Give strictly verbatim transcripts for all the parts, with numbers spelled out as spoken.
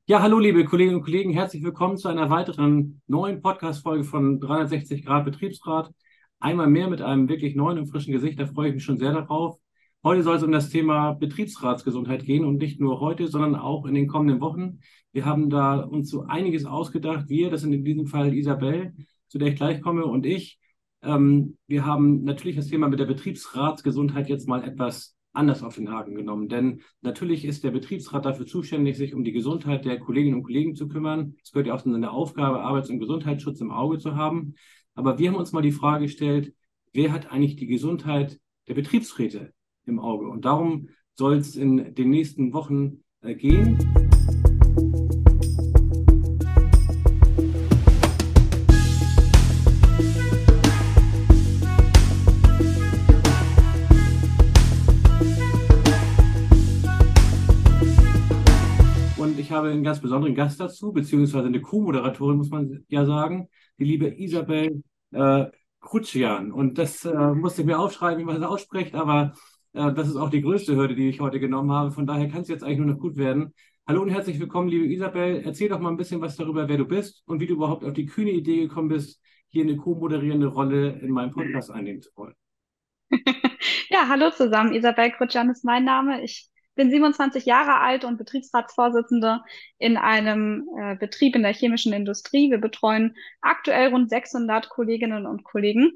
Ja, hallo liebe Kolleginnen und Kollegen, herzlich willkommen zu einer weiteren neuen Podcast-Folge von dreihundertsechzig Grad Betriebsrat. Einmal mehr mit einem wirklich neuen und frischen Gesicht, da freue ich mich schon sehr darauf. Heute soll es um das Thema Betriebsratsgesundheit gehen und nicht nur heute, sondern auch in den kommenden Wochen. Wir haben da uns so einiges ausgedacht. Wir, das sind in diesem Fall Isabel, zu der ich gleich komme, und ich. Ähm, wir haben natürlich das Thema mit der Betriebsratsgesundheit jetzt mal etwas anders auf den Haken genommen, denn natürlich ist der Betriebsrat dafür zuständig, sich um die Gesundheit der Kolleginnen und Kollegen zu kümmern. Es gehört ja auch zu seiner Aufgabe, Arbeits- und Gesundheitsschutz im Auge zu haben. Aber wir haben uns mal die Frage gestellt, wer hat eigentlich die Gesundheit der Betriebsräte im Auge? Und darum soll es in den nächsten Wochen äh, gehen. Und ich habe einen ganz besonderen Gast dazu, beziehungsweise eine Co-Moderatorin, muss man ja sagen, die liebe Isabel äh, Krutschan. Und das äh, musste ich mir aufschreiben, wie man das ausspricht, aber äh, das ist auch die größte Hürde, die ich heute genommen habe. Von daher kann es jetzt eigentlich nur noch gut werden. Hallo und herzlich willkommen, liebe Isabel. Erzähl doch mal ein bisschen was darüber, wer du bist und wie du überhaupt auf die kühne Idee gekommen bist, hier eine co-moderierende Rolle in meinem Podcast einnehmen zu wollen. Ja, hallo zusammen. Isabel Krutschan ist mein Name. Ich bin siebenundzwanzig Jahre alt und Betriebsratsvorsitzende in einem äh, Betrieb in der chemischen Industrie. Wir betreuen aktuell rund sechshundert Kolleginnen und Kollegen.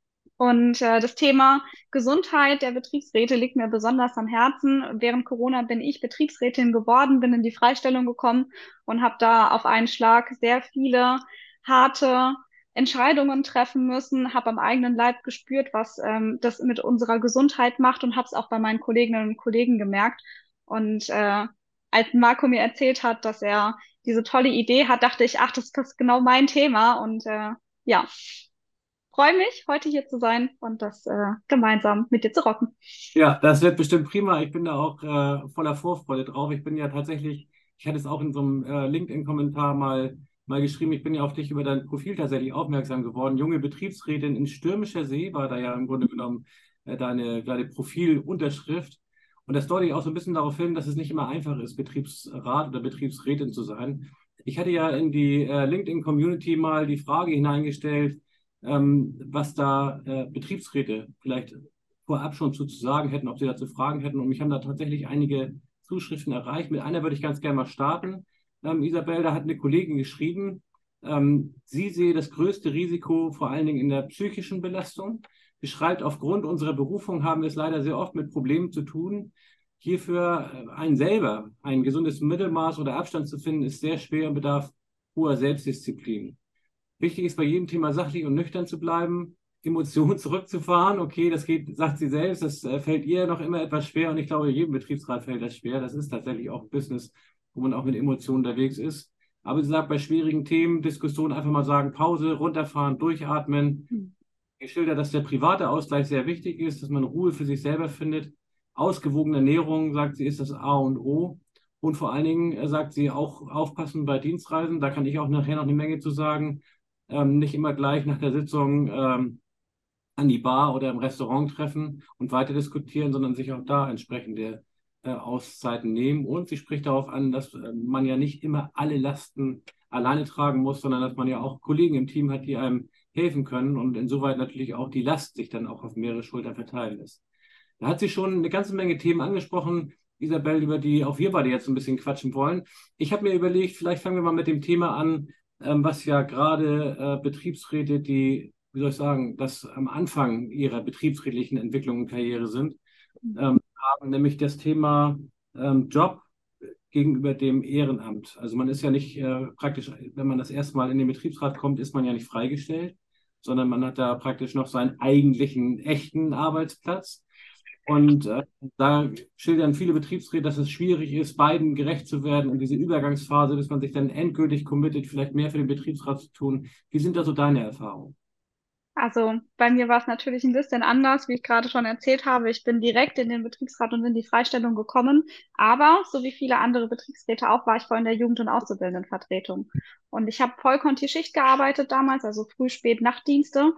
Und äh, das Thema Gesundheit der Betriebsräte liegt mir besonders am Herzen. Während Corona bin ich Betriebsrätin geworden, bin in die Freistellung gekommen und habe da auf einen Schlag sehr viele harte Entscheidungen treffen müssen, habe am eigenen Leib gespürt, was ähm, das mit unserer Gesundheit macht und habe es auch bei meinen Kolleginnen und Kollegen gemerkt. Und äh, als Marco mir erzählt hat, dass er diese tolle Idee hat, dachte ich, ach, das ist genau mein Thema. Und äh, ja, freue mich, heute hier zu sein und das äh, gemeinsam mit dir zu rocken. Ja, das wird bestimmt prima. Ich bin da auch äh, voller Vorfreude drauf. Ich bin ja tatsächlich, ich hatte es auch in so einem äh, LinkedIn-Kommentar mal, mal geschrieben, ich bin ja auf dich über dein Profil tatsächlich aufmerksam geworden. Junge Betriebsrätin in Stürmischer See war da ja im Grunde genommen äh, deine, deine Profilunterschrift. Und das deutet auch so ein bisschen darauf hin, dass es nicht immer einfach ist, Betriebsrat oder Betriebsrätin zu sein. Ich hatte ja in die äh, LinkedIn-Community mal die Frage hineingestellt, ähm, was da äh, Betriebsräte vielleicht vorab schon zu, zu sagen hätten, ob sie dazu Fragen hätten. Und mich haben da tatsächlich einige Zuschriften erreicht. Mit einer würde ich ganz gerne mal starten. Ähm, Isabel, da hat eine Kollegin geschrieben, ähm, sie sehe das größte Risiko vor allen Dingen in der psychischen Belastung. Sie schreibt, aufgrund unserer Berufung haben wir es leider sehr oft mit Problemen zu tun. Hierfür äh, einen selber ein gesundes Mittelmaß oder Abstand zu finden, ist sehr schwer und bedarf hoher Selbstdisziplin. Wichtig ist bei jedem Thema sachlich und nüchtern zu bleiben, Emotionen zurückzufahren. Okay, das geht, sagt sie selbst, das äh, fällt ihr noch immer etwas schwer und ich glaube, jedem Betriebsrat fällt das schwer. Das ist tatsächlich auch ein Business, wo man auch mit Emotionen unterwegs ist. Aber sie sagt, bei schwierigen Themen, Diskussionen einfach mal sagen, Pause, runterfahren, durchatmen. Ich schilder, dass der private Ausgleich sehr wichtig ist, dass man Ruhe für sich selber findet. Ausgewogene Ernährung, sagt sie, ist das A und O. Und vor allen Dingen äh, sagt sie auch aufpassen bei Dienstreisen. Da kann ich auch nachher noch eine Menge zu sagen. Ähm, nicht immer gleich nach der Sitzung ähm, an die Bar oder im Restaurant treffen und weiter diskutieren, sondern sich auch da entsprechende äh, Auszeiten nehmen. Und sie spricht darauf an, dass äh, man ja nicht immer alle Lasten alleine tragen muss, sondern dass man ja auch Kollegen im Team hat, die einem helfen können und insoweit natürlich auch die Last sich dann auch auf mehrere Schultern verteilen lässt. Da hat sie schon eine ganze Menge Themen angesprochen, Isabel, über die auch wir beide jetzt ein bisschen quatschen wollen. Ich habe mir überlegt, vielleicht fangen wir mal mit dem Thema an, ähm, was ja gerade äh, Betriebsräte, die, wie soll ich sagen, das am Anfang ihrer betriebsrätlichen Entwicklung und Karriere sind, ähm, haben, nämlich das Thema ähm, Job gegenüber dem Ehrenamt. Also man ist ja nicht äh, praktisch, wenn man das erste Mal in den Betriebsrat kommt, ist man ja nicht freigestellt, sondern man hat da praktisch noch seinen eigentlichen, echten Arbeitsplatz. Und äh, da schildern viele Betriebsräte, dass es schwierig ist, beiden gerecht zu werden und diese Übergangsphase, bis man sich dann endgültig committet, vielleicht mehr für den Betriebsrat zu tun. Wie sind da so deine Erfahrungen? Also bei mir war es natürlich ein bisschen anders, wie ich gerade schon erzählt habe. Ich bin direkt in den Betriebsrat und in die Freistellung gekommen. Aber so wie viele andere Betriebsräte auch, war ich vorhin in der Jugend- und Auszubildendenvertretung. Und ich habe Vollkonti-Schicht gearbeitet damals, also Früh-, Spät-, Nachtdienste.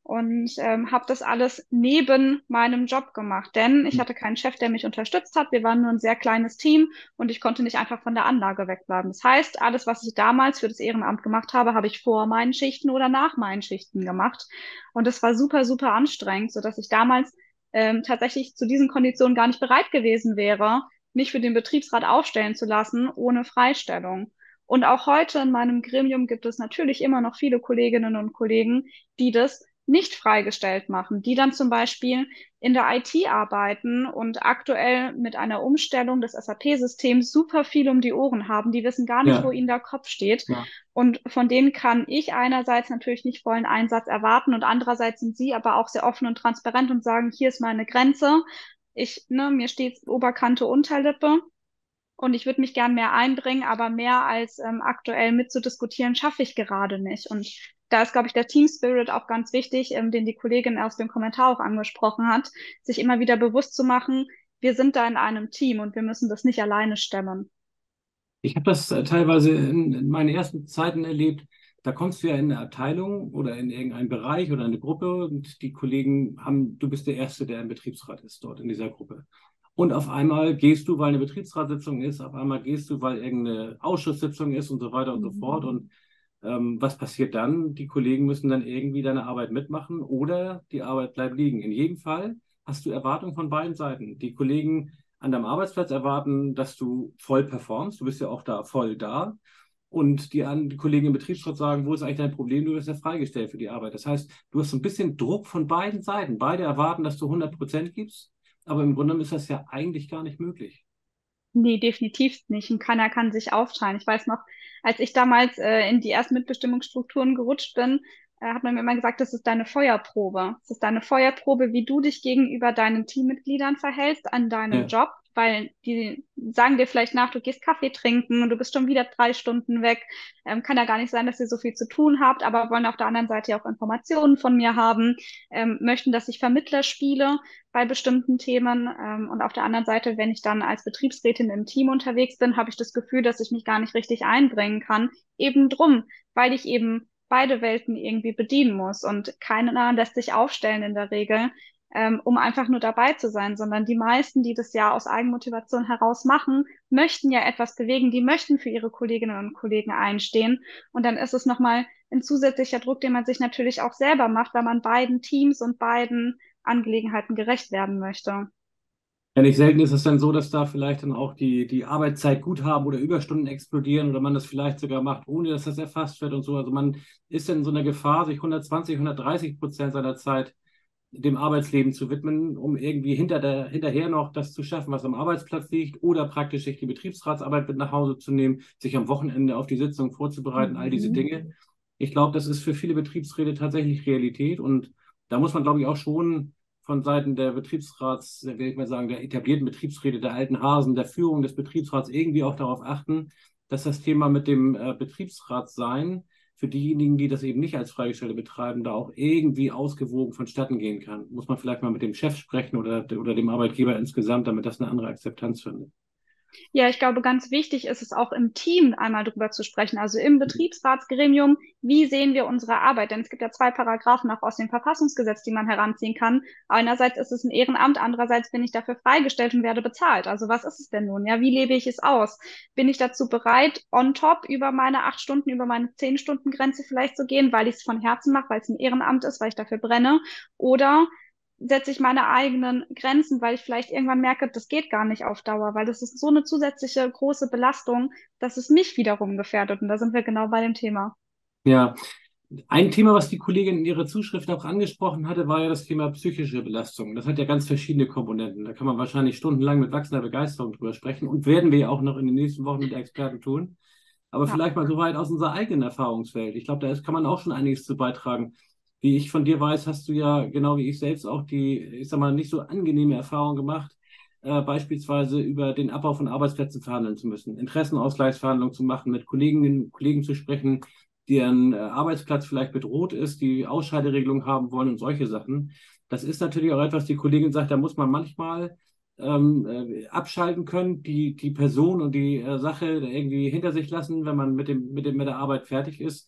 und ähm, habe das alles neben meinem Job gemacht, denn ich hatte keinen Chef, der mich unterstützt hat. Wir waren nur ein sehr kleines Team und ich konnte nicht einfach von der Anlage wegbleiben. Das heißt, alles, was ich damals für das Ehrenamt gemacht habe, habe ich vor meinen Schichten oder nach meinen Schichten gemacht. Und das war super, super anstrengend, sodass ich damals ähm, tatsächlich zu diesen Konditionen gar nicht bereit gewesen wäre, mich für den Betriebsrat aufstellen zu lassen, ohne Freistellung. Und auch heute in meinem Gremium gibt es natürlich immer noch viele Kolleginnen und Kollegen, die das nicht freigestellt machen, die dann zum Beispiel in der I T arbeiten und aktuell mit einer Umstellung des S A P-Systems super viel um die Ohren haben. Die wissen gar nicht, wo Ja, ihnen der Kopf steht. ja. Und von denen kann ich einerseits natürlich nicht vollen Einsatz erwarten und andererseits sind sie aber auch sehr offen und transparent und sagen, hier ist meine Grenze. Ich, ne, mir steht Oberkante, Unterlippe. Und ich würde mich gern mehr einbringen, aber mehr als ähm, aktuell mitzudiskutieren, schaffe ich gerade nicht. Und da ist, glaube ich, der Team Spirit auch ganz wichtig, ähm, den die Kollegin aus dem Kommentar auch angesprochen hat, sich immer wieder bewusst zu machen, wir sind da in einem Team und wir müssen das nicht alleine stemmen. Ich habe das äh, teilweise in, in meinen ersten Zeiten erlebt. Da kommst du ja in eine Abteilung oder in irgendeinen Bereich oder eine Gruppe und die Kollegen haben, du bist der Erste, der im Betriebsrat ist dort in dieser Gruppe. Und auf einmal gehst du, weil eine Betriebsratssitzung ist, auf einmal gehst du, weil irgendeine Ausschusssitzung ist und so weiter und so fort. Mhm. Und ähm, was passiert dann? Die Kollegen müssen dann irgendwie deine Arbeit mitmachen oder die Arbeit bleibt liegen. In jedem Fall hast du Erwartungen von beiden Seiten. Die Kollegen an deinem Arbeitsplatz erwarten, dass du voll performst. Du bist ja auch da voll da. Und die, an, die Kollegen im Betriebsrat sagen, wo ist eigentlich dein Problem? Du wirst ja freigestellt für die Arbeit. Das heißt, du hast so ein bisschen Druck von beiden Seiten. Beide erwarten, dass du hundert Prozent gibst. Aber im Grunde ist das ja eigentlich gar nicht möglich. Nee, definitiv nicht. Und keiner kann sich aufteilen. Ich weiß noch, als ich damals äh, in die ersten Mitbestimmungsstrukturen gerutscht bin, äh, hat man mir immer gesagt, das ist deine Feuerprobe. Das ist deine Feuerprobe, wie du dich gegenüber deinen Teammitgliedern verhältst an deinem Ja. Job, weil die sagen dir vielleicht nach, du gehst Kaffee trinken und du bist schon wieder drei Stunden weg. Ähm, kann ja gar nicht sein, dass ihr so viel zu tun habt, aber wollen auf der anderen Seite ja auch Informationen von mir haben, ähm, möchten, dass ich Vermittler spiele bei bestimmten Themen. Ähm, und auf der anderen Seite, wenn ich dann als Betriebsrätin im Team unterwegs bin, habe ich das Gefühl, dass ich mich gar nicht richtig einbringen kann. Eben drum, weil ich eben beide Welten irgendwie bedienen muss. Und keiner lässt sich aufstellen in der Regel, ähm, um einfach nur dabei zu sein, sondern die meisten, die das ja aus Eigenmotivation heraus machen, möchten ja etwas bewegen, die möchten für ihre Kolleginnen und Kollegen einstehen. Und dann ist es nochmal ein zusätzlicher Druck, den man sich natürlich auch selber macht, weil man beiden Teams und beiden Angelegenheiten gerecht werden möchte. Ja, nicht selten ist es dann so, dass da vielleicht dann auch die, die Arbeitszeitguthaben oder Überstunden explodieren oder man das vielleicht sogar macht, ohne dass das erfasst wird und so. Also man ist dann in so einer Gefahr, sich hundertzwanzig, hundertdreißig Prozent seiner Zeit dem Arbeitsleben zu widmen, um irgendwie hinter der, hinterher noch das zu schaffen, was am Arbeitsplatz liegt oder praktisch sich die Betriebsratsarbeit mit nach Hause zu nehmen, sich am Wochenende auf die Sitzung vorzubereiten, all diese Mhm. Dinge. Ich glaube, das ist für viele Betriebsräte tatsächlich Realität und da muss man, glaube ich, auch schon von Seiten der Betriebsrats, will ich mal sagen, der etablierten Betriebsräte, der alten Hasen, der Führung des Betriebsrats irgendwie auch darauf achten, dass das Thema mit dem äh, Betriebsrat sein für diejenigen, die das eben nicht als Freigestellte betreiben, da auch irgendwie ausgewogen vonstatten gehen kann. Muss man vielleicht mal mit dem Chef sprechen oder, oder dem Arbeitgeber insgesamt, damit das eine andere Akzeptanz findet. Ja, ich glaube, ganz wichtig ist es auch im Team einmal drüber zu sprechen, also im Betriebsratsgremium, wie sehen wir unsere Arbeit? Denn es gibt ja zwei Paragraphen auch aus dem Verfassungsgesetz, die man heranziehen kann. Einerseits ist es ein Ehrenamt, andererseits bin ich dafür freigestellt und werde bezahlt. Also was ist es denn nun? Ja, wie lebe ich es aus? Bin ich dazu bereit, on top über meine acht Stunden, über meine zehn Stunden Grenze vielleicht zu gehen, weil ich es von Herzen mache, weil es ein Ehrenamt ist, weil ich dafür brenne? Oder setze ich meine eigenen Grenzen, weil ich vielleicht irgendwann merke, das geht gar nicht auf Dauer, weil das ist so eine zusätzliche große Belastung, dass es mich wiederum gefährdet. Und da sind wir genau bei dem Thema. Ja, ein Thema, was die Kollegin in ihrer Zuschrift auch angesprochen hatte, war ja das Thema psychische Belastung. Das hat ja ganz verschiedene Komponenten. Da kann man wahrscheinlich stundenlang mit wachsender Begeisterung drüber sprechen und werden wir ja auch noch in den nächsten Wochen mit Experten tun. Aber Ja. vielleicht mal so weit aus unserer eigenen Erfahrungswelt. Ich glaube, da ist, kann man auch schon einiges zu beitragen. Wie ich von dir weiß, hast du ja genau wie ich selbst auch die, ich sag mal, nicht so angenehme Erfahrung gemacht, äh, beispielsweise über den Abbau von Arbeitsplätzen verhandeln zu müssen, Interessenausgleichsverhandlungen zu machen, mit Kolleginnen und Kollegen zu sprechen, deren äh, Arbeitsplatz vielleicht bedroht ist, die Ausscheideregelung haben wollen und solche Sachen. Das ist natürlich auch etwas, die Kollegin sagt, da muss man manchmal ähm, äh, abschalten können, die, die Person und die äh, Sache irgendwie hinter sich lassen, wenn man mit dem, mit dem, mit der Arbeit fertig ist.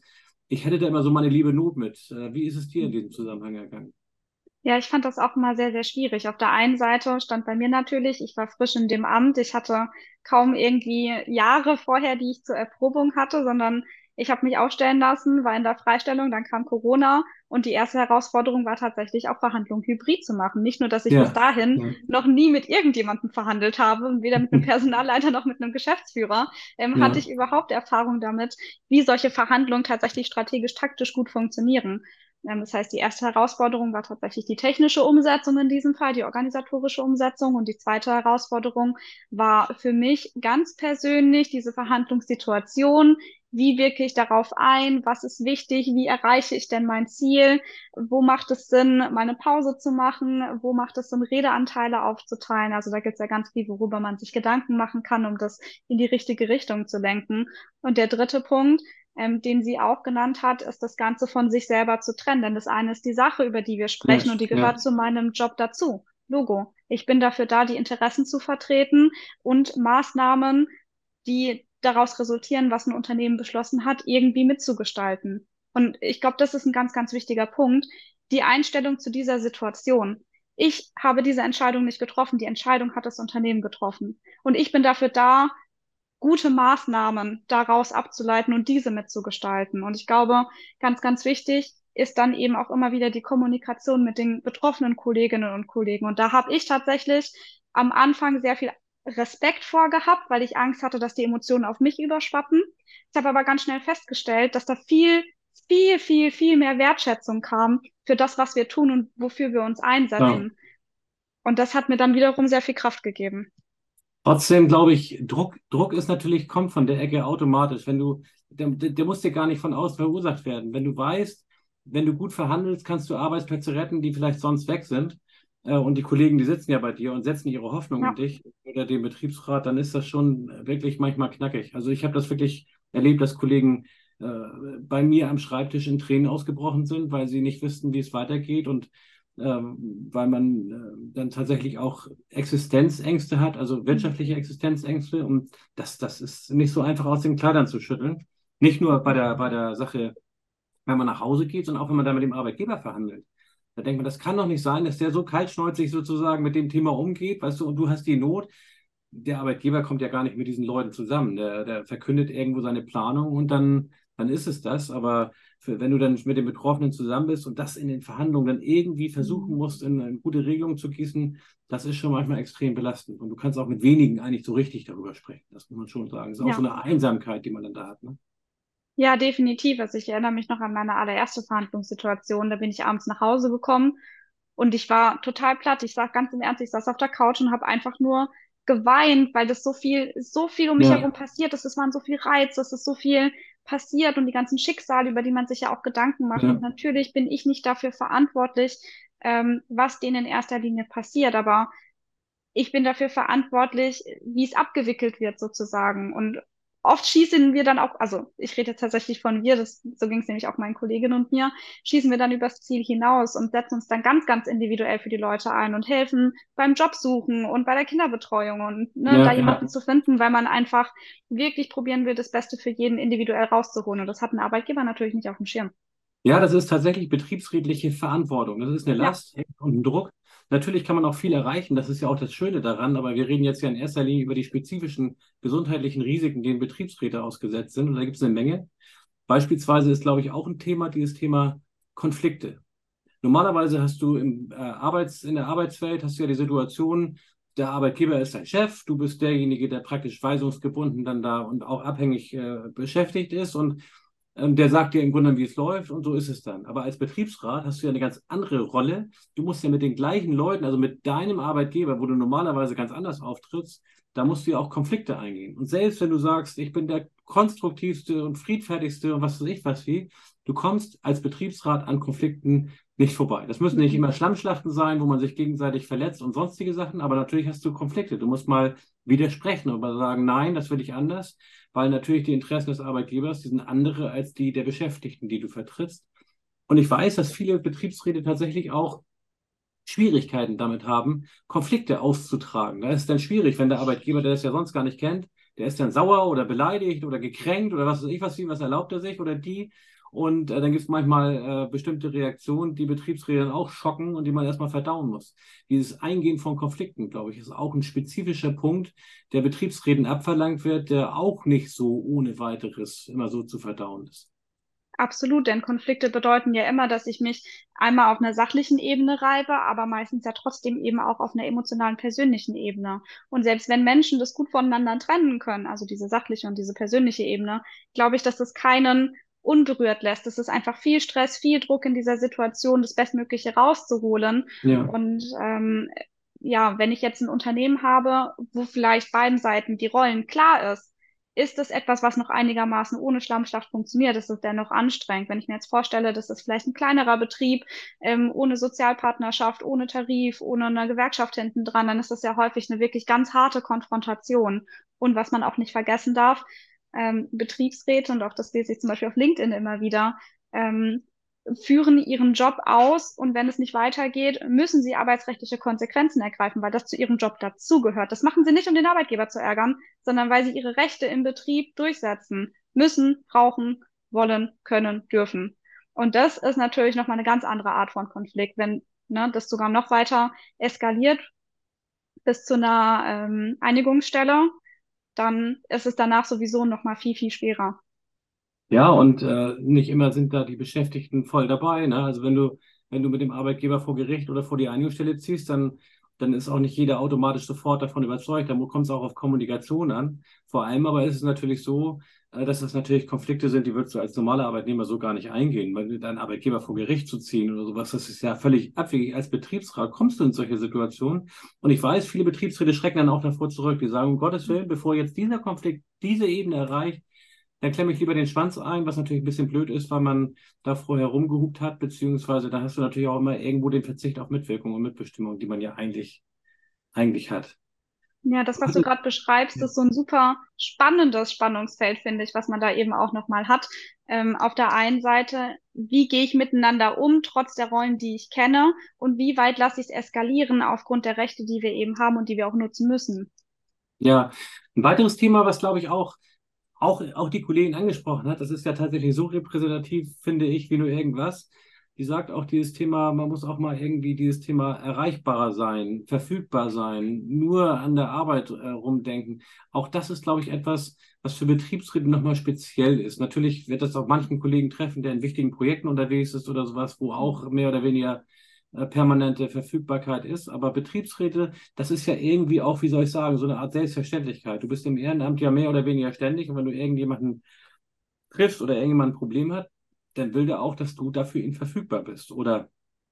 ich hätte da immer so meine liebe Not mit. Äh, Wie ist es dir in diesem Zusammenhang ergangen? Ja, ich fand das auch immer sehr, sehr schwierig. Auf der einen Seite stand bei mir natürlich, ich war frisch in dem Amt, ich hatte kaum irgendwie Jahre vorher, die ich zur Erprobung hatte, sondern ich habe mich ausstellen lassen, war in der Freistellung, dann kam Corona und die erste Herausforderung war tatsächlich auch Verhandlungen hybrid zu machen. Nicht nur, dass ich bis Ja, dahin ja, noch nie mit irgendjemandem verhandelt habe, weder mit einem Personalleiter noch mit einem Geschäftsführer, ähm, hatte ja, ich überhaupt Erfahrung damit, wie solche Verhandlungen tatsächlich strategisch taktisch gut funktionieren. Ähm, Das heißt, die erste Herausforderung war tatsächlich die technische Umsetzung in diesem Fall, die organisatorische Umsetzung. Und die zweite Herausforderung war für mich ganz persönlich diese Verhandlungssituation. Wie wirke ich darauf ein? Was ist wichtig? Wie erreiche ich denn mein Ziel? Wo macht es Sinn, meine Pause zu machen? Wo macht es Sinn, Redeanteile aufzuteilen? Also da gibt es ja ganz viel, worüber man sich Gedanken machen kann, um das in die richtige Richtung zu lenken. Und der dritte Punkt, ähm, den sie auch genannt hat, ist das Ganze von sich selber zu trennen. Denn das eine ist die Sache, über die wir ja, sprechen und die ja. gehört zu meinem Job dazu. Logo. Ich bin dafür da, die Interessen zu vertreten und Maßnahmen, die daraus resultieren, was ein Unternehmen beschlossen hat, irgendwie mitzugestalten. Und ich glaube, das ist ein ganz, ganz wichtiger Punkt. Die Einstellung zu dieser Situation. Ich habe diese Entscheidung nicht getroffen. Die Entscheidung hat das Unternehmen getroffen. Und ich bin dafür da, gute Maßnahmen daraus abzuleiten und diese mitzugestalten. Und ich glaube, ganz, ganz wichtig ist dann eben auch immer wieder die Kommunikation mit den betroffenen Kolleginnen und Kollegen. Und da habe ich tatsächlich am Anfang sehr viel Respekt vorgehabt, weil ich Angst hatte, dass die Emotionen auf mich überschwappen. Ich habe aber ganz schnell festgestellt, dass da viel, viel, viel, viel mehr Wertschätzung kam für das, was wir tun und wofür wir uns Klar. einsetzen. Und das hat mir dann wiederum sehr viel Kraft gegeben. Trotzdem glaube ich, Druck, Druck ist natürlich, kommt von der Ecke automatisch. Wenn du, der, der muss dir gar nicht von außen verursacht werden. Wenn du weißt, wenn du gut verhandelst, kannst du Arbeitsplätze retten, die vielleicht sonst weg sind. Äh, und die Kollegen, die sitzen ja bei dir und setzen ihre Hoffnung in Ja, dich oder den Betriebsrat, dann ist das schon wirklich manchmal knackig. Also ich habe das wirklich erlebt, dass Kollegen äh, bei mir am Schreibtisch in Tränen ausgebrochen sind, weil sie nicht wussten, wie es weitergeht und ähm, weil man äh, dann tatsächlich auch Existenzängste hat, also wirtschaftliche Existenzängste. Und das, das ist nicht so einfach aus den Kleidern zu schütteln. Nicht nur bei der, bei der Sache, wenn man nach Hause geht, sondern auch wenn man da mit dem Arbeitgeber verhandelt. Da denkt man, das kann doch nicht sein, dass der so kaltschnäuzig sozusagen mit dem Thema umgeht, weißt du, und du hast die Not. Der Arbeitgeber kommt ja gar nicht mit diesen Leuten zusammen. Der, der verkündet irgendwo seine Planung und dann, dann ist es das. Aber für, wenn du dann mit den Betroffenen zusammen bist und das in den Verhandlungen dann irgendwie versuchen musst, in eine gute Regelung zu gießen, das ist schon manchmal extrem belastend. Und du kannst auch mit wenigen eigentlich so richtig darüber sprechen. Das muss man schon sagen. Das ist auch so ja. eine Einsamkeit, die man dann da hat. Ne? Ja, definitiv. Also ich erinnere mich noch an meine allererste Verhandlungssituation. Da bin ich abends nach Hause gekommen und ich war total platt. Ich sag ganz im Ernst, ich saß auf der Couch und habe einfach nur geweint, weil das so viel, so viel um mich herum Ja, passiert ist. Es waren so viel Reiz, es ist so viel passiert und die ganzen Schicksale, über die man sich ja auch Gedanken macht. Und ja. natürlich bin ich nicht dafür verantwortlich, ähm, was denen in erster Linie passiert, aber ich bin dafür verantwortlich, wie es abgewickelt wird sozusagen. Und oft schießen wir dann auch, also ich rede jetzt tatsächlich von wir, das, so ging es nämlich auch meinen Kolleginnen und mir, schießen wir dann übers Ziel hinaus und setzen uns dann ganz, ganz individuell für die Leute ein und helfen beim Jobsuchen und bei der Kinderbetreuung und ne, da Ja, jemanden ja. zu finden, weil man einfach wirklich probieren will, das Beste für jeden individuell rauszuholen. Und das hat ein Arbeitgeber natürlich nicht auf dem Schirm. Ja, das ist tatsächlich betriebsrätliche Verantwortung. Das ist eine Ja, Last und ein Druck. Natürlich kann man auch viel erreichen, das ist ja auch das Schöne daran, aber wir reden jetzt ja in erster Linie über die spezifischen gesundheitlichen Risiken, denen Betriebsräte ausgesetzt sind. Und da gibt es eine Menge. Beispielsweise ist, glaube ich, auch ein Thema, dieses Thema Konflikte. Normalerweise hast du im, äh, Arbeits-, in der Arbeitswelt hast du ja die Situation, der Arbeitgeber ist dein Chef, du bist derjenige, der praktisch weisungsgebunden dann da und auch abhängig äh, beschäftigt ist und ähm, der sagt dir im Grunde, wie es läuft und so ist es dann. Aber als Betriebsrat hast du ja eine ganz andere Rolle. Du musst ja mit den gleichen Leuten, also mit deinem Arbeitgeber, wo du normalerweise ganz anders auftrittst, da musst du ja auch Konflikte eingehen. Und selbst wenn du sagst, ich bin der konstruktivste und friedfertigste und was weiß ich was wie, du kommst als Betriebsrat an Konflikten nicht vorbei. Das müssen nicht mhm. immer Schlammschlachten sein, wo man sich gegenseitig verletzt und sonstige Sachen, aber natürlich hast du Konflikte. Du musst mal widersprechen und mal sagen, nein, das will ich anders, weil natürlich die Interessen des Arbeitgebers, die sind andere als die der Beschäftigten, die du vertrittst. Und ich weiß, dass viele Betriebsräte tatsächlich auch Schwierigkeiten damit haben, Konflikte auszutragen. Da ist es dann schwierig, wenn der Arbeitgeber, der das ja sonst gar nicht kennt, der ist dann sauer oder beleidigt oder gekränkt oder was weiß ich was, wie, was erlaubt er sich oder die. Und äh, dann gibt es manchmal äh, bestimmte Reaktionen, die Betriebsräte dann auch schocken und die man erstmal verdauen muss. Dieses Eingehen von Konflikten, glaube ich, ist auch ein spezifischer Punkt, der Betriebsräten abverlangt wird, der auch nicht so ohne weiteres immer so zu verdauen ist. Absolut, denn Konflikte bedeuten ja immer, dass ich mich einmal auf einer sachlichen Ebene reibe, aber meistens ja trotzdem eben auch auf einer emotionalen, persönlichen Ebene. Und selbst wenn Menschen das gut voneinander trennen können, also diese sachliche und diese persönliche Ebene, glaube ich, dass das keinen unberührt lässt. Es ist einfach viel Stress, viel Druck in dieser Situation, das Bestmögliche rauszuholen. Ja. Und ähm, ja, wenn ich jetzt ein Unternehmen habe, wo vielleicht beiden Seiten die Rollen klar ist, ist es etwas, was noch einigermaßen ohne Schlammschaft funktioniert? Ist es dennoch anstrengend? Wenn ich mir jetzt vorstelle, das ist vielleicht ein kleinerer Betrieb, ähm, ohne Sozialpartnerschaft, ohne Tarif, ohne eine Gewerkschaft hinten dran, dann ist das ja häufig eine wirklich ganz harte Konfrontation. Und was man auch nicht vergessen darf, ähm, Betriebsräte, und auch das lese ich zum Beispiel auf LinkedIn immer wieder, ähm, führen ihren Job aus und wenn es nicht weitergeht, müssen sie arbeitsrechtliche Konsequenzen ergreifen, weil das zu ihrem Job dazugehört. Das machen sie nicht, um den Arbeitgeber zu ärgern, sondern weil sie ihre Rechte im Betrieb durchsetzen müssen, brauchen, wollen, können, dürfen. Und das ist natürlich nochmal eine ganz andere Art von Konflikt, wenn ne, das sogar noch weiter eskaliert bis zu einer ähm, Einigungsstelle, dann ist es danach sowieso nochmal viel, viel schwerer. Ja, und äh, nicht immer sind da die Beschäftigten voll dabei. Ne? Also wenn du, wenn du mit dem Arbeitgeber vor Gericht oder vor die Einigungsstelle ziehst, dann, dann ist auch nicht jeder automatisch sofort davon überzeugt. Da kommt es auch auf Kommunikation an. Vor allem aber ist es natürlich so, äh, dass das natürlich Konflikte sind, die würdest du als normaler Arbeitnehmer so gar nicht eingehen. Weil deinen Arbeitgeber vor Gericht zu ziehen oder sowas, das ist ja völlig abwegig. Als Betriebsrat kommst du in solche Situationen. Und ich weiß, viele Betriebsräte schrecken dann auch davor zurück. Die sagen, um Gottes Willen, bevor jetzt dieser Konflikt diese Ebene erreicht, dann klemme ich lieber den Schwanz ein, was natürlich ein bisschen blöd ist, weil man da vorher rumgehupt hat, beziehungsweise da hast du natürlich auch immer irgendwo den Verzicht auf Mitwirkung und Mitbestimmung, die man ja eigentlich, eigentlich hat. Ja, das, was du gerade beschreibst, ist so ein super spannendes Spannungsfeld, finde ich, was man da eben auch nochmal hat. Ähm, auf der einen Seite, wie gehe ich miteinander um, trotz der Rollen, die ich kenne, und wie weit lasse ich es eskalieren aufgrund der Rechte, die wir eben haben und die wir auch nutzen müssen. Ja, ein weiteres Thema, was glaube ich auch, auch, auch die Kollegin angesprochen hat, das ist ja tatsächlich so repräsentativ, finde ich, wie nur irgendwas. Die sagt auch dieses Thema, man muss auch mal irgendwie dieses Thema erreichbarer sein, verfügbar sein, nur an der Arbeit äh, rumdenken. Auch das ist, glaube ich, etwas, was für Betriebsräte nochmal speziell ist. Natürlich wird das auch manchen Kollegen treffen, der in wichtigen Projekten unterwegs ist oder sowas, wo auch mehr oder weniger äh, permanente Verfügbarkeit ist. Aber Betriebsräte, das ist ja irgendwie auch, wie soll ich sagen, so eine Art Selbstverständlichkeit. Du bist im Ehrenamt ja mehr oder weniger ständig und wenn du irgendjemanden triffst oder irgendjemand ein Problem hat, dann will der auch, dass du dafür ihn verfügbar bist. Oder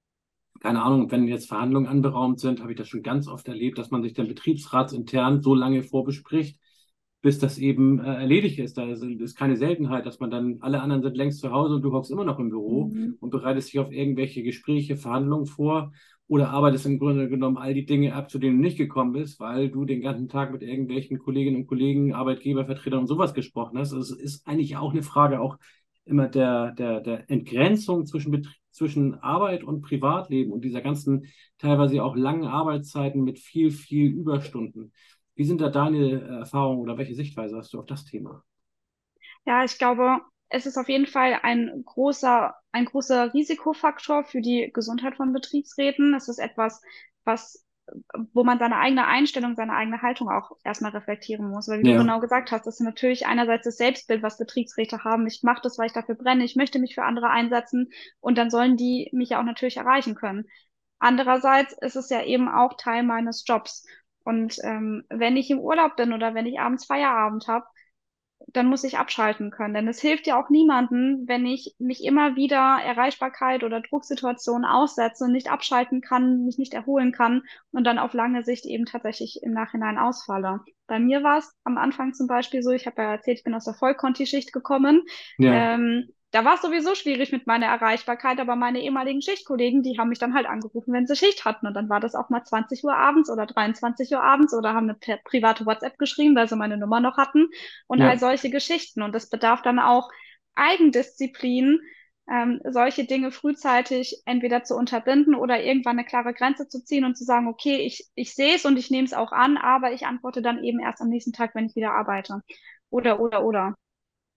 keine Ahnung, wenn jetzt Verhandlungen anberaumt sind, habe ich das schon ganz oft erlebt, dass man sich dann betriebsratsintern so lange vorbespricht, bis das eben äh, erledigt ist. Da ist, ist keine Seltenheit, dass man dann, alle anderen sind längst zu Hause und du hockst immer noch im Büro Mhm. und bereitest dich auf irgendwelche Gespräche, Verhandlungen vor oder arbeitest im Grunde genommen all die Dinge ab, zu denen du nicht gekommen bist, weil du den ganzen Tag mit irgendwelchen Kolleginnen und Kollegen, Arbeitgebervertretern und sowas gesprochen hast. Also es ist eigentlich auch eine Frage auch immer der, der, der Entgrenzung zwischen, Betrie- zwischen Arbeit und Privatleben und dieser ganzen teilweise auch langen Arbeitszeiten mit viel, viel Überstunden. Wie sind da deine äh, Erfahrungen oder welche Sichtweise hast du auf das Thema? Ja, ich glaube, es ist auf jeden Fall ein großer, ein großer Risikofaktor für die Gesundheit von Betriebsräten. Es ist etwas, was, wo man seine eigene Einstellung, seine eigene Haltung auch erstmal reflektieren muss. Weil wie du Ja, genau gesagt hast, das ist natürlich einerseits das Selbstbild, was Betriebsräte haben. Ich mache das, weil ich dafür brenne. Ich möchte mich für andere einsetzen. Und dann sollen die mich ja auch natürlich erreichen können. Andererseits ist es ja eben auch Teil meines Jobs. Und ähm, wenn ich im Urlaub bin oder wenn ich abends Feierabend habe, dann muss ich abschalten können. Denn es hilft ja auch niemandem, wenn ich mich immer wieder Erreichbarkeit oder Drucksituationen aussetze und nicht abschalten kann, mich nicht erholen kann und dann auf lange Sicht eben tatsächlich im Nachhinein ausfalle. Bei mir war es am Anfang zum Beispiel so, ich habe ja erzählt, ich bin aus der Vollkonti-Schicht gekommen. ja, Ähm, da war es sowieso schwierig mit meiner Erreichbarkeit, aber meine ehemaligen Schichtkollegen, die haben mich dann halt angerufen, wenn sie Schicht hatten. Und dann war das auch mal zwanzig Uhr abends oder dreiundzwanzig Uhr abends oder haben eine per- private WhatsApp geschrieben, weil sie meine Nummer noch hatten und all ja. solche Geschichten. Und das bedarf dann auch Eigendisziplin, ähm, solche Dinge frühzeitig entweder zu unterbinden oder irgendwann eine klare Grenze zu ziehen und zu sagen, okay, ich, ich sehe es und ich nehme es auch an, aber ich antworte dann eben erst am nächsten Tag, wenn ich wieder arbeite. Oder, oder, oder.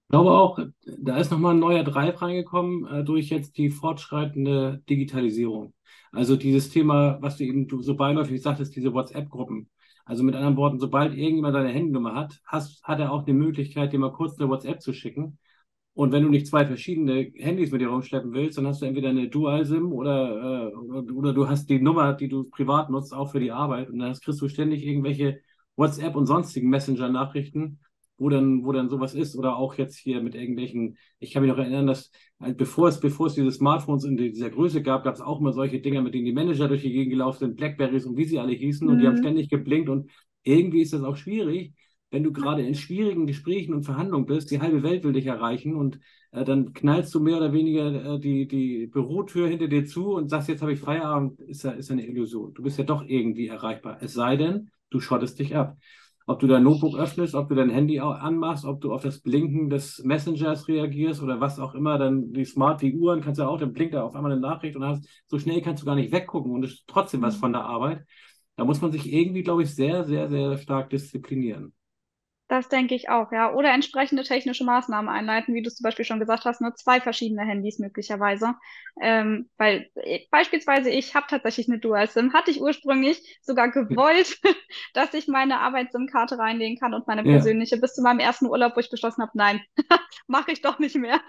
Ich glaube auch, da ist nochmal ein neuer Drive reingekommen, äh, durch jetzt die fortschreitende Digitalisierung. Also dieses Thema, was du eben du so beiläufig sagtest, diese WhatsApp-Gruppen. Also mit anderen Worten, sobald irgendjemand deine Handynummer hat, hast, hat er auch die Möglichkeit, dir mal kurz eine WhatsApp zu schicken. Und wenn du nicht zwei verschiedene Handys mit dir rumschleppen willst, dann hast du entweder eine Dual-SIM oder, äh, oder, oder du hast die Nummer, die du privat nutzt, auch für die Arbeit. Und dann kriegst du ständig irgendwelche WhatsApp und sonstigen Messenger-Nachrichten, wo dann, wo dann sowas ist. Oder auch jetzt hier mit irgendwelchen, ich kann mich noch erinnern, dass halt bevor es, bevor es diese Smartphones in dieser Größe gab, gab es auch immer solche Dinger, mit denen die Manager durch die Gegend gelaufen sind, Blackberries und wie sie alle hießen. Und die haben Mhm. ständig geblinkt. Und irgendwie ist das auch schwierig, wenn du gerade in schwierigen Gesprächen und Verhandlungen bist, die halbe Welt will dich erreichen und äh, dann knallst du mehr oder weniger äh, die, die Bürotür hinter dir zu und sagst, jetzt habe ich Feierabend, ist ja, ist ja eine Illusion. Du bist ja doch irgendwie erreichbar. Es sei denn, du schottest dich ab. Ob du dein Notebook öffnest, ob du dein Handy au- anmachst, ob du auf das Blinken des Messengers reagierst oder was auch immer, dann die Smart, die Uhren kannst du ja auch, dann blinkt da auf einmal eine Nachricht und hast, so schnell kannst du gar nicht weggucken und es ist trotzdem was Mhm. von der Arbeit. Da muss man sich irgendwie, glaube ich, sehr, sehr, sehr stark disziplinieren. Das denke ich auch, ja. Oder entsprechende technische Maßnahmen einleiten, wie du es zum Beispiel schon gesagt hast, nur zwei verschiedene Handys möglicherweise. Ähm, weil äh, beispielsweise ich habe tatsächlich eine Dual-SIM, hatte ich ursprünglich sogar gewollt, dass ich meine Arbeits-SIM-Karte reinlegen kann und meine Ja. persönliche, bis zu meinem ersten Urlaub, wo ich beschlossen habe, nein, mache ich doch nicht mehr.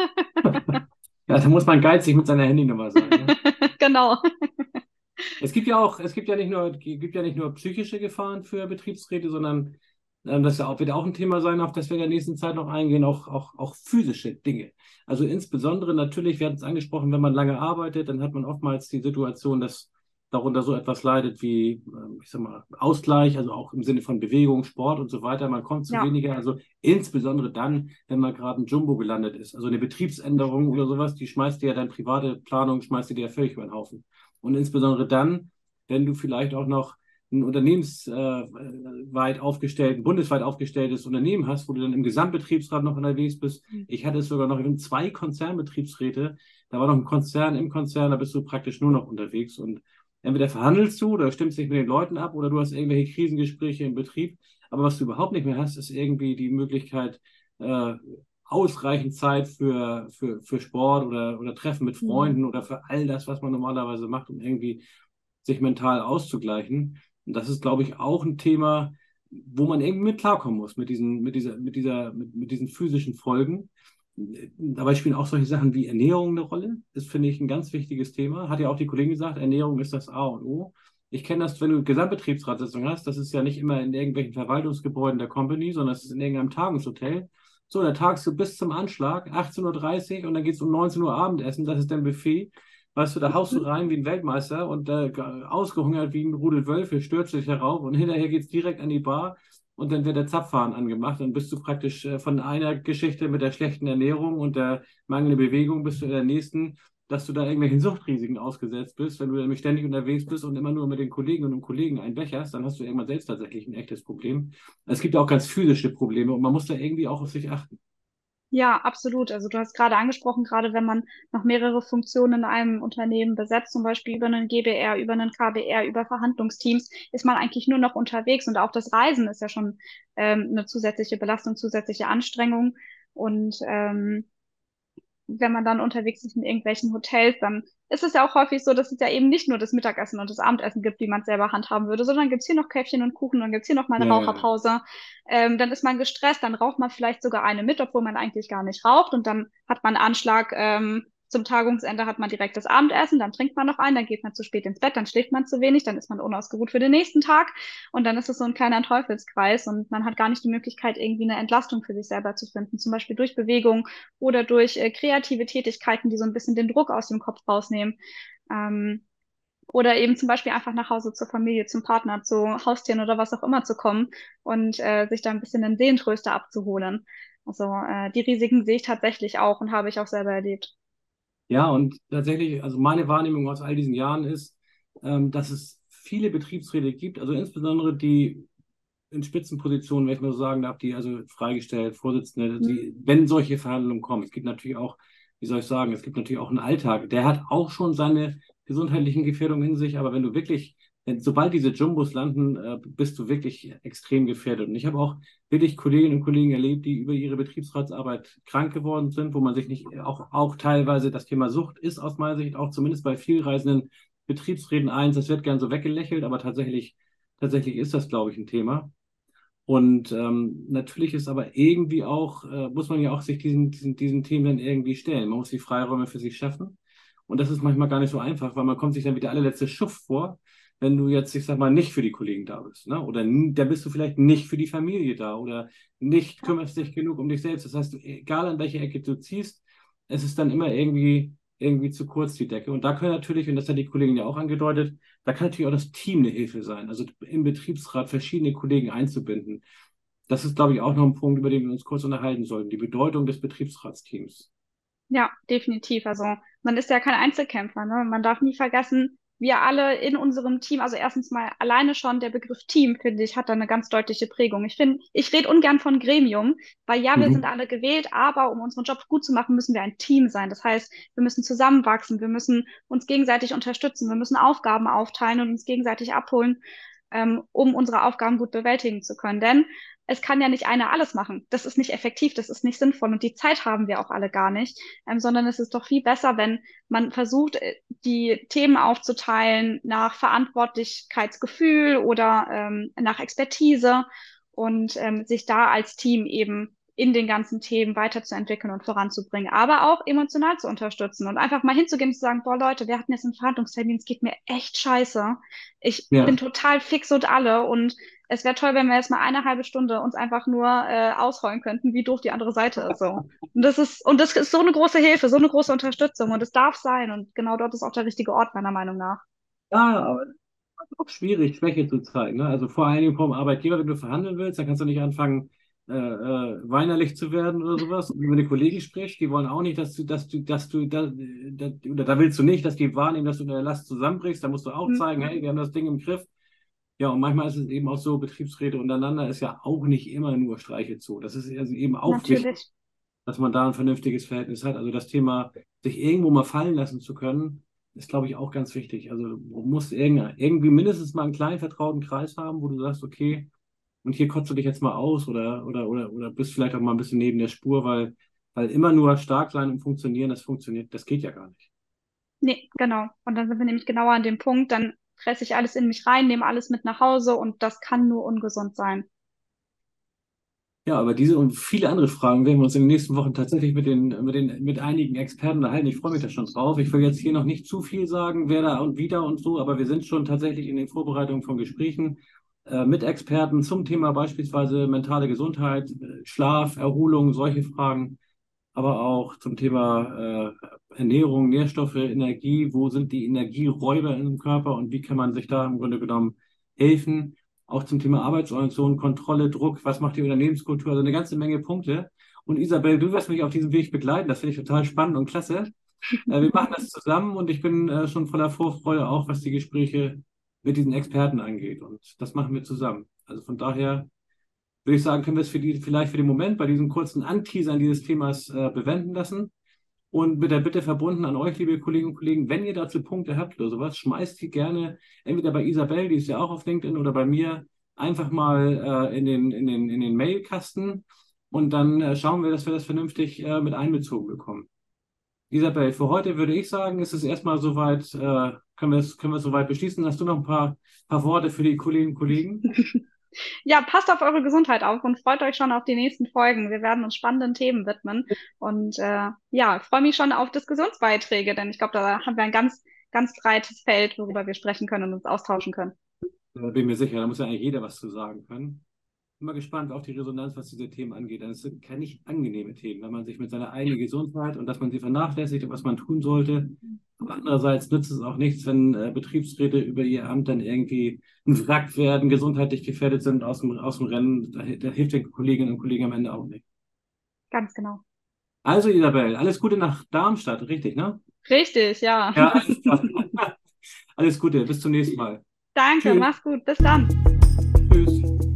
Ja, da muss man geizig mit seiner Handynummer sein, ne? Genau. Es gibt ja auch, es gibt ja nicht nur, gibt ja nicht nur psychische Gefahren für Betriebsräte, sondern ähm, das ja auch, wird auch ein Thema sein, auf das wir in der nächsten Zeit noch eingehen, auch, auch, auch physische Dinge. Also insbesondere natürlich, wir hatten es angesprochen, wenn man lange arbeitet, dann hat man oftmals die Situation, dass darunter so etwas leidet wie, ähm, ich sag mal, Ausgleich, also auch im Sinne von Bewegung, Sport und so weiter. Man kommt zu Ja. weniger, also insbesondere dann, wenn man gerade ein Jumbo gelandet ist. Also eine Betriebsänderung oder sowas, die schmeißt dir ja deine private Planung, schmeißt dir ja völlig über den Haufen. Und insbesondere dann, wenn du vielleicht auch noch ein unternehmensweit äh, aufgestellten, bundesweit aufgestelltes Unternehmen hast, wo du dann im Gesamtbetriebsrat noch unterwegs bist. Ich hatte es sogar noch in zwei Konzernbetriebsräte. Da war noch ein Konzern im Konzern, da bist du praktisch nur noch unterwegs. Und entweder verhandelst du oder stimmst dich mit den Leuten ab oder du hast irgendwelche Krisengespräche im Betrieb. Aber was du überhaupt nicht mehr hast, ist irgendwie die Möglichkeit, äh, ausreichend Zeit für, für, für Sport oder, oder Treffen mit Mhm. Freunden oder für all das, was man normalerweise macht, um irgendwie sich mental auszugleichen. Und das ist, glaube ich, auch ein Thema, wo man irgendwie mit klarkommen muss, mit diesen, mit dieser, mit dieser, mit, mit diesen physischen Folgen. Dabei spielen auch solche Sachen wie Ernährung eine Rolle. Das finde ich ein ganz wichtiges Thema. Hat ja auch die Kollegin gesagt, Ernährung ist das A und O. Ich kenne das, wenn du Gesamtbetriebsratssitzung hast, das ist ja nicht immer in irgendwelchen Verwaltungsgebäuden der Company, sondern es ist in irgendeinem Tagungshotel. So, da tagst du bis zum Anschlag, achtzehn Uhr dreißig und dann geht es um neunzehn Uhr Abendessen, das ist dein Buffet. Weißt du, da haust du rein wie ein Weltmeister und äh, ausgehungert wie ein Rudel Wölfe, stürzt dich herauf und hinterher geht es direkt an die Bar und dann wird der Zapfhahn angemacht. Dann bist du praktisch äh, von einer Geschichte mit der schlechten Ernährung und der mangelnden Bewegung bis zu der nächsten, dass du da irgendwelchen Suchtrisiken ausgesetzt bist. Wenn du nämlich ständig unterwegs bist und immer nur mit den Kolleginnen und Kollegen einbecherst, dann hast du irgendwann selbst tatsächlich ein echtes Problem. Es gibt auch ganz physische Probleme und man muss da irgendwie auch auf sich achten. Ja, absolut. Also du hast gerade angesprochen, gerade wenn man noch mehrere Funktionen in einem Unternehmen besetzt, zum Beispiel über einen G B R, über einen K B R, über Verhandlungsteams, ist man eigentlich nur noch unterwegs und auch das Reisen ist ja schon ähm, eine zusätzliche Belastung, zusätzliche Anstrengung. Und ähm, wenn man dann unterwegs ist in irgendwelchen Hotels, dann ist es ja auch häufig so, dass es ja eben nicht nur das Mittagessen und das Abendessen gibt, wie man es selber handhaben würde, sondern gibt's hier noch Käffchen und Kuchen, dann gibt's hier noch mal eine Ja, ja, ja. Raucherpause. Ähm, dann ist man gestresst, dann raucht man vielleicht sogar eine mit, obwohl man eigentlich gar nicht raucht und dann hat man einen Anschlag, ähm, zum Tagungsende hat man direkt das Abendessen, dann trinkt man noch ein, dann geht man zu spät ins Bett, dann schläft man zu wenig, dann ist man unausgeruht für den nächsten Tag und dann ist es so ein kleiner Teufelskreis und man hat gar nicht die Möglichkeit, irgendwie eine Entlastung für sich selber zu finden, zum Beispiel durch Bewegung oder durch äh, kreative Tätigkeiten, die so ein bisschen den Druck aus dem Kopf rausnehmen. Ähm, oder eben zum Beispiel einfach nach Hause zur Familie, zum Partner, zu Haustieren oder was auch immer zu kommen und äh, sich da ein bisschen einen Seelentröster abzuholen. Also äh, die Risiken sehe ich tatsächlich auch und habe ich auch selber erlebt. Ja, und tatsächlich, also meine Wahrnehmung aus all diesen Jahren ist, ähm, dass es viele Betriebsräte gibt, also insbesondere die in Spitzenpositionen, wenn ich mal so sagen darf, die also freigestellt, Vorsitzende, Mhm. die, wenn solche Verhandlungen kommen. Es gibt natürlich auch, wie soll ich sagen, es gibt natürlich auch einen Alltag. Der hat auch schon seine gesundheitlichen Gefährdungen in sich, aber wenn du wirklich Denn sobald diese Jumbos landen, äh, bist du wirklich extrem gefährdet. Und ich habe auch wirklich Kolleginnen und Kollegen erlebt, die über ihre Betriebsratsarbeit krank geworden sind, wo man sich nicht, auch, auch teilweise das Thema Sucht ist aus meiner Sicht, auch zumindest bei vielreisenden Betriebsräten eins, das wird gern so weggelächelt, aber tatsächlich, tatsächlich ist das, glaube ich, ein Thema. Und ähm, natürlich ist aber irgendwie auch, äh, muss man ja auch sich diesen, diesen, diesen Themen dann irgendwie stellen. Man muss die Freiräume für sich schaffen. Und das ist manchmal gar nicht so einfach, weil man kommt sich dann wie der allerletzte Schuft vor, wenn du jetzt, ich sag mal, nicht für die Kollegen da bist. Ne? Oder n- da bist du vielleicht nicht für die Familie da oder nicht kümmerst dich genug um dich selbst. Das heißt, egal an welche Ecke du ziehst, es ist dann immer irgendwie, irgendwie zu kurz die Decke. Und da können natürlich, und das hat die Kollegin ja auch angedeutet, da kann natürlich auch das Team eine Hilfe sein. Also im Betriebsrat verschiedene Kollegen einzubinden. Das ist, glaube ich, auch noch ein Punkt, über den wir uns kurz unterhalten sollten. Die Bedeutung des Betriebsratsteams. Ja, definitiv. Also man ist ja kein Einzelkämpfer, ne? Man darf nie vergessen, wir alle in unserem Team, also erstens mal alleine schon der Begriff Team, finde ich, hat da eine ganz deutliche Prägung. Ich finde, ich rede ungern von Gremium, weil ja, wir sind Mhm. alle gewählt, aber um unseren Job gut zu machen, müssen wir ein Team sein. Das heißt, wir müssen zusammenwachsen, wir müssen uns gegenseitig unterstützen, wir müssen Aufgaben aufteilen und uns gegenseitig abholen, ähm, um unsere Aufgaben gut bewältigen zu können. Denn es kann ja nicht einer alles machen. Das ist nicht effektiv, das ist nicht sinnvoll und die Zeit haben wir auch alle gar nicht, ähm, sondern es ist doch viel besser, wenn man versucht, äh, die Themen aufzuteilen nach Verantwortlichkeitsgefühl oder ähm, nach Expertise und ähm, sich da als Team eben in den ganzen Themen weiterzuentwickeln und voranzubringen, aber auch emotional zu unterstützen und einfach mal hinzugehen und zu sagen, boah Leute, wir hatten jetzt einen Verhandlungstermin, es geht mir echt scheiße. Ich bin Ja. total fix und alle und es wäre toll, wenn wir jetzt mal eine halbe Stunde uns einfach nur äh, ausheulen könnten, wie doof die andere Seite ist. So. Und das ist, und das ist so eine große Hilfe, so eine große Unterstützung. Und es darf sein. Und genau dort ist auch der richtige Ort, meiner Meinung nach. Ja, aber es ist auch schwierig, Schwäche zu zeigen. Ne? Also vor allen Dingen vom Arbeitgeber, wenn du verhandeln willst, dann kannst du nicht anfangen, äh, äh, weinerlich zu werden oder sowas. Und wenn du mit den Kollegen sprichst, die wollen auch nicht, dass du, dass du, dass du, da, da, oder da willst du nicht, dass die wahrnehmen, dass du in der Last zusammenbrichst. Da musst du auch Hm, zeigen, hey, wir haben das Ding im Griff. Ja, und manchmal ist es eben auch so, Betriebsräte untereinander ist ja auch nicht immer nur Streiche zu. Das ist also eben auch wichtig, natürlich. dass man da ein vernünftiges Verhältnis hat. Also das Thema, sich irgendwo mal fallen lassen zu können, ist, glaube ich, auch ganz wichtig. Also du musst irgend- irgendwie mindestens mal einen kleinen vertrauten Kreis haben, wo du sagst, okay, und hier kotzt du dich jetzt mal aus oder, oder, oder, oder bist vielleicht auch mal ein bisschen neben der Spur, weil, weil immer nur stark sein und funktionieren, das funktioniert, das geht ja gar nicht. Nee, genau. Und dann sind wir nämlich genauer an dem Punkt, dann fresse ich alles in mich rein, nehme alles mit nach Hause und das kann nur ungesund sein. Ja, aber diese und viele andere Fragen werden wir uns in den nächsten Wochen tatsächlich mit den, mit den, mit einigen Experten unterhalten. Ich freue mich da schon drauf. Ich will jetzt hier noch nicht zu viel sagen, wer da und wieder und so, aber wir sind schon tatsächlich in den Vorbereitungen von Gesprächen äh, mit Experten zum Thema beispielsweise mentale Gesundheit, äh, Schlaf, Erholung, solche Fragen, aber auch zum Thema äh, Ernährung, Nährstoffe, Energie. Wo sind die Energieräuber im Körper und wie kann man sich da im Grunde genommen helfen? Auch zum Thema Arbeitsorganisation, Kontrolle, Druck, was macht die Unternehmenskultur? Also eine ganze Menge Punkte. Und Isabel, du wirst mich auf diesem Weg begleiten. Das finde ich total spannend und klasse. Äh, wir machen das zusammen und ich bin äh, schon voller Vorfreude, auch was die Gespräche mit diesen Experten angeht. Und das machen wir zusammen. Also von daher würde ich sagen, können wir es für die, vielleicht für den Moment bei diesem kurzen Anteasern dieses Themas äh, bewenden lassen. Und mit der Bitte verbunden an euch, liebe Kolleginnen und Kollegen, wenn ihr dazu Punkte habt oder sowas, schmeißt die gerne entweder bei Isabel, die ist ja auch auf LinkedIn, oder bei mir einfach mal äh, in den, in den, in den Mailkasten und dann äh, schauen wir, dass wir das vernünftig äh, mit einbezogen bekommen. Isabel, für heute würde ich sagen, ist es erstmal soweit, äh, können wir es, können wir es soweit beschließen. Hast du noch ein paar, paar Worte für die Kolleginnen und Kollegen? Ja, passt auf eure Gesundheit auf und freut euch schon auf die nächsten Folgen. Wir werden uns spannenden Themen widmen. Und äh, ja, freue mich schon auf Diskussionsbeiträge, denn ich glaube, da haben wir ein ganz, ganz breites Feld, worüber wir sprechen können und uns austauschen können. Da bin mir sicher, da muss ja eigentlich jeder was zu sagen können. Bin mal gespannt auf die Resonanz, was diese Themen angeht. Denn es sind keine nicht angenehme Themen, wenn man sich mit seiner eigenen Gesundheit und dass man sie vernachlässigt und was man tun sollte. Aber andererseits nützt es auch nichts, wenn äh, Betriebsräte über ihr Amt dann irgendwie ein Wrack werden, gesundheitlich gefährdet sind aus dem, aus dem Rennen. Da, da hilft den Kolleginnen und Kollegen am Ende auch nicht. Ganz genau. Also Isabel, alles Gute nach Darmstadt, richtig, ne? Richtig, ja. Ja, alles klar. Alles Gute, bis zum nächsten Mal. Danke, Tschüss. mach's gut. Bis dann. Tschüss.